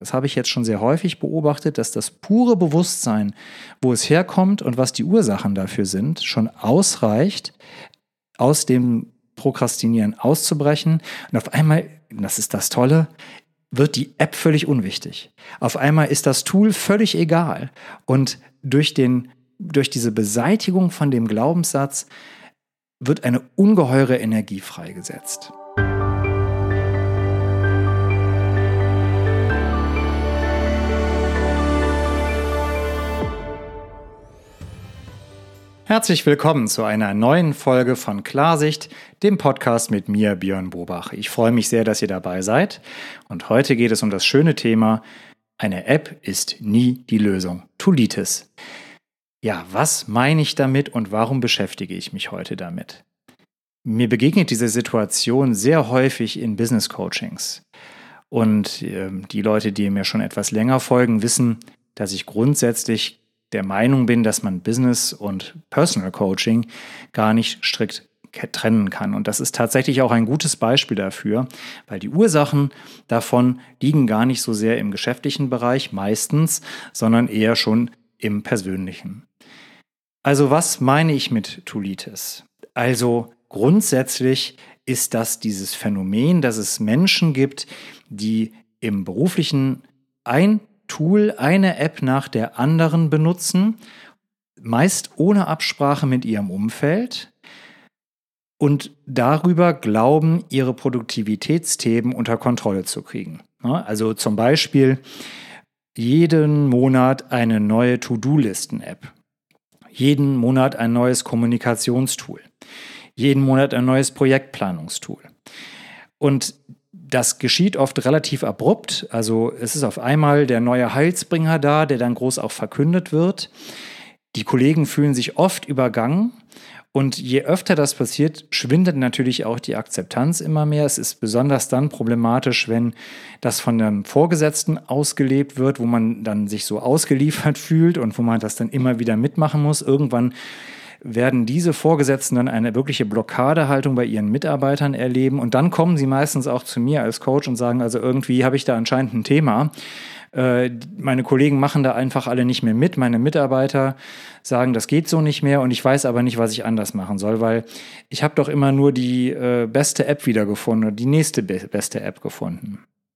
das habe ich jetzt schon sehr häufig beobachtet, dass das pure Bewusstsein, wo es herkommt und was die Ursachen dafür sind, schon ausreicht, aus dem Prokrastinieren auszubrechen. Und auf einmal, das ist das Tolle, wird die App völlig unwichtig. Auf einmal ist das Tool völlig egal. Und durch diese Beseitigung von dem Glaubenssatz wird eine ungeheure Energie freigesetzt. Herzlich willkommen zu einer neuen Folge von Klarsicht, dem Podcast mit mir, Björn Bobach. Ich freue mich sehr, dass ihr dabei seid. Und heute geht es um das schöne Thema: Eine App ist nie die Lösung. Toolitis. Ja, was meine ich damit und warum beschäftige ich mich heute damit? Mir begegnet diese Situation sehr häufig in Business-Coachings. Und die Leute, die mir schon etwas länger folgen, wissen, dass ich grundsätzlich der Meinung bin, dass man Business und Personal Coaching gar nicht strikt trennen kann. Und das ist tatsächlich auch ein gutes Beispiel dafür, weil die Ursachen davon liegen gar nicht so sehr im geschäftlichen Bereich meistens, sondern eher schon im persönlichen. Also was meine ich mit Toolitis? Also grundsätzlich ist das dieses Phänomen, dass es Menschen gibt, die im beruflichen ein Tool, eine App nach der anderen benutzen, meist ohne Absprache mit ihrem Umfeld und darüber glauben, ihre Produktivitätsthemen unter Kontrolle zu kriegen. Also zum Beispiel jeden Monat eine neue To-Do-Listen-App, jeden Monat ein neues Kommunikationstool, jeden Monat ein neues Projektplanungstool. Und das geschieht oft relativ abrupt, also es ist auf einmal der neue Heilsbringer da, der dann groß auch verkündet wird. Die Kollegen fühlen sich oft übergangen und je öfter das passiert, schwindet natürlich auch die Akzeptanz immer mehr. Es ist besonders dann problematisch, wenn das von einem Vorgesetzten ausgelebt wird, wo man dann sich so ausgeliefert fühlt und wo man das dann immer wieder mitmachen muss. Irgendwann werden diese Vorgesetzten dann eine wirkliche Blockadehaltung bei ihren Mitarbeitern erleben. Und dann kommen sie meistens auch zu mir als Coach und sagen, also irgendwie habe ich da anscheinend ein Thema. Meine Kollegen machen da einfach alle nicht mehr mit. Meine Mitarbeiter sagen, das geht so nicht mehr und ich weiß aber nicht, was ich anders machen soll, weil ich habe doch immer nur die beste App wiedergefunden oder die nächste beste App gefunden.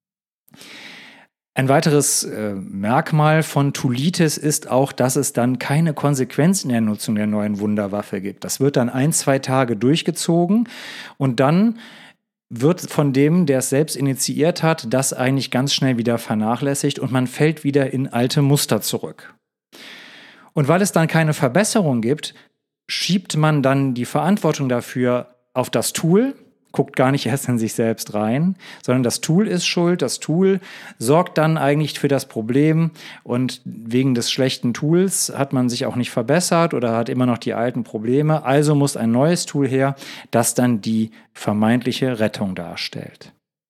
Ein weiteres Merkmal von Toolitis ist auch, dass es dann keine Konsequenzen in der Nutzung der neuen Wunderwaffe gibt. Das wird dann 1-2 Tage durchgezogen und dann wird von dem, der es selbst initiiert hat, das eigentlich ganz schnell wieder vernachlässigt und man fällt wieder in alte Muster zurück. Und weil es dann keine Verbesserung gibt, schiebt man dann die Verantwortung dafür auf das Tool, guckt gar nicht erst in sich selbst rein, sondern das Tool ist schuld. Das Tool sorgt dann eigentlich für das Problem und wegen des schlechten Tools hat man sich auch nicht verbessert oder hat immer noch die alten Probleme. Also muss ein neues Tool her, das dann die vermeintliche Rettung darstellt.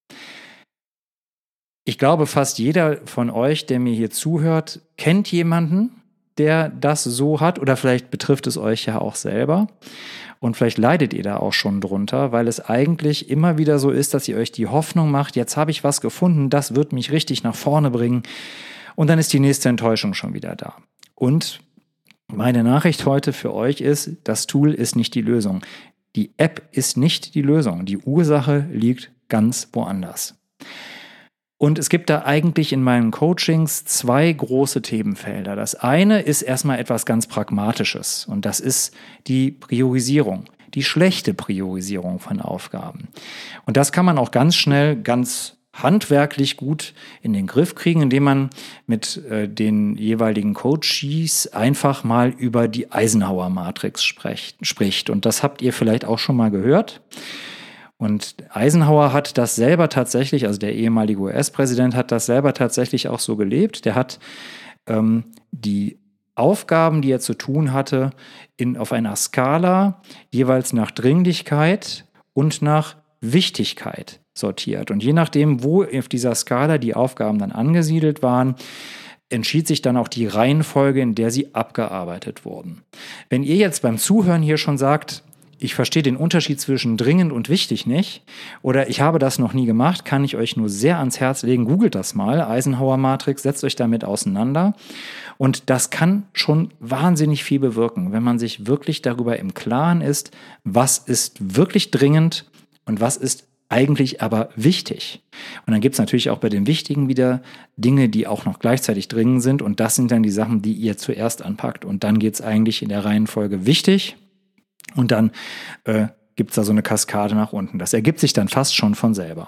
Ich glaube, fast jeder von euch, der mir hier zuhört, kennt jemanden, der das so hat oder vielleicht betrifft es euch ja auch selber. Und vielleicht leidet ihr da auch schon drunter, weil es eigentlich immer wieder so ist, dass ihr euch die Hoffnung macht, jetzt habe ich was gefunden, das wird mich richtig nach vorne bringen. Und dann ist die nächste Enttäuschung schon wieder da. Und meine Nachricht heute für euch ist, das Tool ist nicht die Lösung. Die App ist nicht die Lösung. Die Ursache liegt ganz woanders. Und es gibt da eigentlich in meinen Coachings 2 große Themenfelder. Das eine ist erstmal etwas ganz Pragmatisches und das ist die Priorisierung, die schlechte Priorisierung von Aufgaben. Und das kann man auch ganz schnell, ganz handwerklich gut in den Griff kriegen, indem man mit den jeweiligen Coaches einfach mal über die Eisenhower-Matrix spricht. Und das habt ihr vielleicht auch schon mal gehört. Und Eisenhower hat das selber tatsächlich, also der ehemalige US-Präsident hat das selber tatsächlich auch so gelebt. Der hat die Aufgaben, die er zu tun hatte, auf einer Skala jeweils nach Dringlichkeit und nach Wichtigkeit sortiert. Und je nachdem, wo auf dieser Skala die Aufgaben dann angesiedelt waren, entschied sich dann auch die Reihenfolge, in der sie abgearbeitet wurden. Wenn ihr jetzt beim Zuhören hier schon sagt, ich verstehe den Unterschied zwischen dringend und wichtig nicht oder ich habe das noch nie gemacht, kann ich euch nur sehr ans Herz legen. Googelt das mal, Eisenhower-Matrix, setzt euch damit auseinander. Und das kann schon wahnsinnig viel bewirken, wenn man sich wirklich darüber im Klaren ist, was ist wirklich dringend und was ist eigentlich aber wichtig. Und dann gibt es natürlich auch bei den Wichtigen wieder Dinge, die auch noch gleichzeitig dringend sind. Und das sind dann die Sachen, die ihr zuerst anpackt. Und dann geht es eigentlich in der Reihenfolge wichtig. Und dann gibt es da so eine Kaskade nach unten. Das ergibt sich dann fast schon von selber.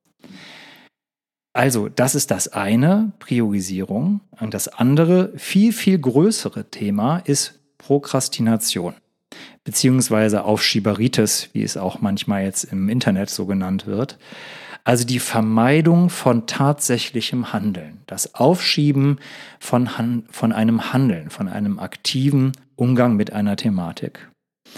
Also, das ist das eine, Priorisierung. Und das andere, viel, viel größere Thema ist Prokrastination. Beziehungsweise Aufschieberitis, wie es auch manchmal jetzt im Internet so genannt wird. Also die Vermeidung von tatsächlichem Handeln. Das Aufschieben von einem Handeln, von einem aktiven Umgang mit einer Thematik.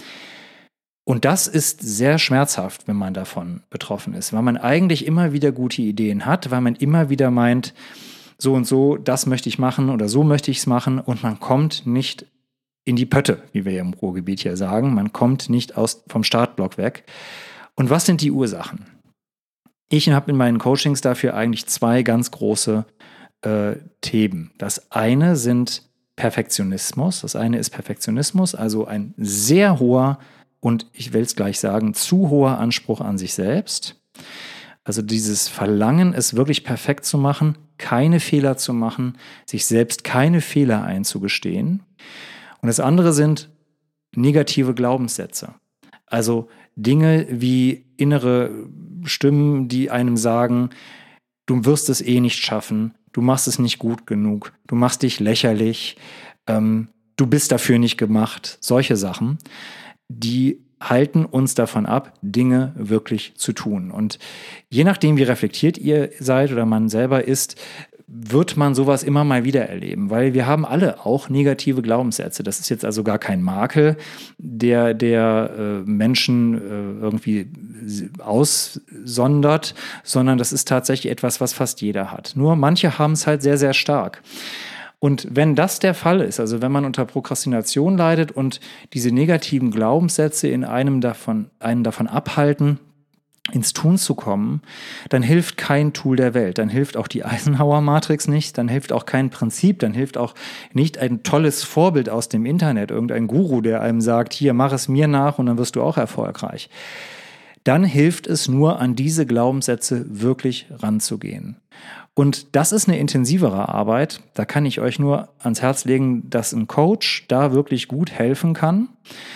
Und das ist sehr schmerzhaft, wenn man davon betroffen ist, weil man eigentlich immer wieder gute Ideen hat, weil man immer wieder meint, so und so, das möchte ich machen oder so möchte ich es machen und man kommt nicht in die Pötte, wie wir hier im Ruhrgebiet hier sagen. Man kommt nicht vom Startblock weg. Und was sind die Ursachen? Ich habe in meinen Coachings dafür eigentlich zwei ganz große Themen. Das eine sind Perfektionismus. Das eine ist Perfektionismus, also ein sehr hoher und ich will es gleich sagen, zu hoher Anspruch an sich selbst. Also dieses Verlangen, es wirklich perfekt zu machen, keine Fehler zu machen, sich selbst keine Fehler einzugestehen. Und das andere sind negative Glaubenssätze. Also Dinge wie innere Stimmen, die einem sagen, du wirst es eh nicht schaffen, du machst es nicht gut genug, du machst dich lächerlich, du bist dafür nicht gemacht. Solche Sachen, die halten uns davon ab, Dinge wirklich zu tun. Und je nachdem, wie reflektiert ihr seid oder man selber ist, wird man sowas immer mal wieder erleben, weil wir haben alle auch negative Glaubenssätze. Das ist jetzt also gar kein Makel, der Menschen irgendwie aussondert, sondern das ist tatsächlich etwas, was fast jeder hat. Nur manche haben es halt sehr, sehr stark. Und wenn das der Fall ist, also wenn man unter Prokrastination leidet und diese negativen Glaubenssätze in einen davon abhalten, ins Tun zu kommen, dann hilft kein Tool der Welt. Dann hilft auch die Eisenhower-Matrix nicht, dann hilft auch kein Prinzip, dann hilft auch nicht ein tolles Vorbild aus dem Internet, irgendein Guru, der einem sagt, hier, mach es mir nach und dann wirst du auch erfolgreich. Dann hilft es nur, an diese Glaubenssätze wirklich ranzugehen. Und das ist eine intensivere Arbeit. Da kann ich euch nur ans Herz legen, dass ein Coach da wirklich gut helfen kann.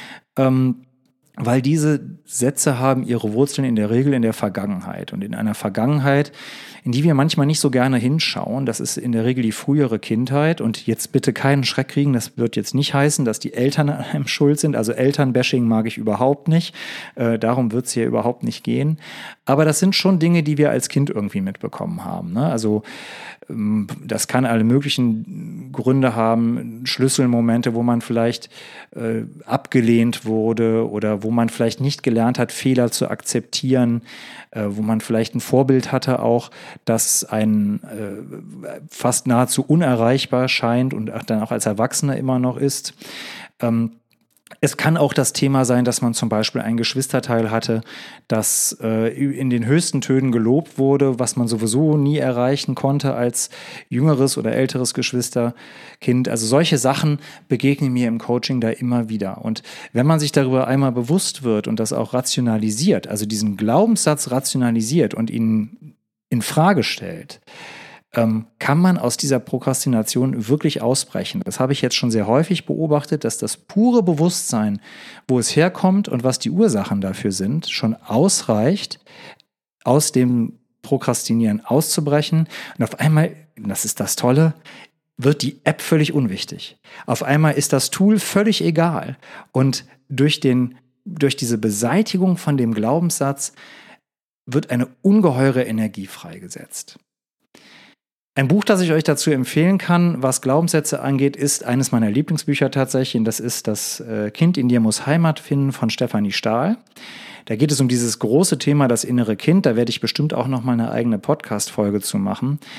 Weil diese Sätze haben ihre Wurzeln in der Regel in der Vergangenheit. Und in einer Vergangenheit, in die wir manchmal nicht so gerne hinschauen, das ist in der Regel die frühere Kindheit. Und jetzt bitte keinen Schreck kriegen, das wird jetzt nicht heißen, dass die Eltern an einem schuld sind. Also Elternbashing mag ich überhaupt nicht. Darum wird es hier überhaupt nicht gehen. Aber das sind schon Dinge, die wir als Kind irgendwie mitbekommen haben, ne? Also das kann alle möglichen Gründe haben, Schlüsselmomente, wo man vielleicht abgelehnt wurde oder wo man vielleicht nicht gelernt hat, Fehler zu akzeptieren, wo man vielleicht ein Vorbild hatte auch, das einen fast nahezu unerreichbar scheint und dann auch als Erwachsener immer noch ist. Es kann auch das Thema sein, dass man zum Beispiel ein Geschwisterteil hatte, das in den höchsten Tönen gelobt wurde, was man sowieso nie erreichen konnte als jüngeres oder älteres Geschwisterkind. Also solche Sachen begegnen mir im Coaching da immer wieder. Und wenn man sich darüber einmal bewusst wird und das auch rationalisiert, also diesen Glaubenssatz rationalisiert und ihn in Frage stellt, kann man aus dieser Prokrastination wirklich ausbrechen. Das habe ich jetzt schon sehr häufig beobachtet, dass das pure Bewusstsein, wo es herkommt und was die Ursachen dafür sind, schon ausreicht, aus dem Prokrastinieren auszubrechen. Und auf einmal, das ist das Tolle, wird die App völlig unwichtig. Auf einmal ist das Tool völlig egal. Und durch diese Beseitigung von dem Glaubenssatz wird eine ungeheure Energie freigesetzt. Ein Buch, das ich euch dazu empfehlen kann, was Glaubenssätze angeht, ist eines meiner Lieblingsbücher tatsächlich. Und das ist Das Kind in dir muss Heimat finden von Stefanie Stahl. Da geht es um dieses große Thema, das innere Kind. Da werde ich bestimmt auch noch mal eine eigene Podcast-Folge zu machen.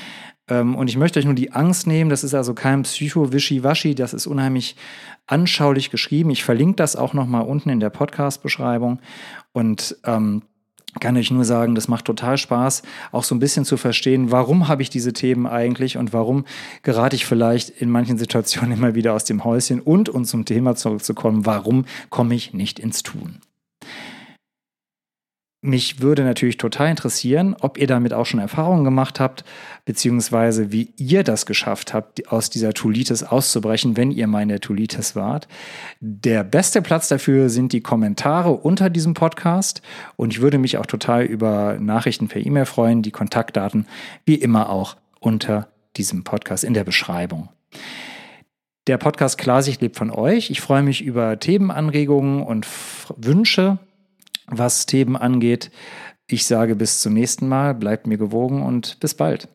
Und ich möchte euch nur die Angst nehmen, das ist also kein Psycho-Wischi-Waschi, das ist unheimlich anschaulich geschrieben. Ich verlinke das auch nochmal unten in der Podcast-Beschreibung und kann euch nur sagen, das macht total Spaß, auch so ein bisschen zu verstehen, warum habe ich diese Themen eigentlich und warum gerate ich vielleicht in manchen Situationen immer wieder aus dem Häuschen und zum Thema zurückzukommen, warum komme ich nicht ins Tun? Mich würde natürlich total interessieren, ob ihr damit auch schon Erfahrungen gemacht habt, beziehungsweise wie ihr das geschafft habt, aus dieser Tolitis auszubrechen, wenn ihr meine Tolitis wart. Der beste Platz dafür sind die Kommentare unter diesem Podcast und ich würde mich auch total über Nachrichten per E-Mail freuen. Die Kontaktdaten wie immer auch unter diesem Podcast in der Beschreibung. Der Podcast Klarsicht lebt von euch. Ich freue mich über Themenanregungen und Wünsche, was Themen angeht. Ich sage bis zum nächsten Mal, bleibt mir gewogen und bis bald.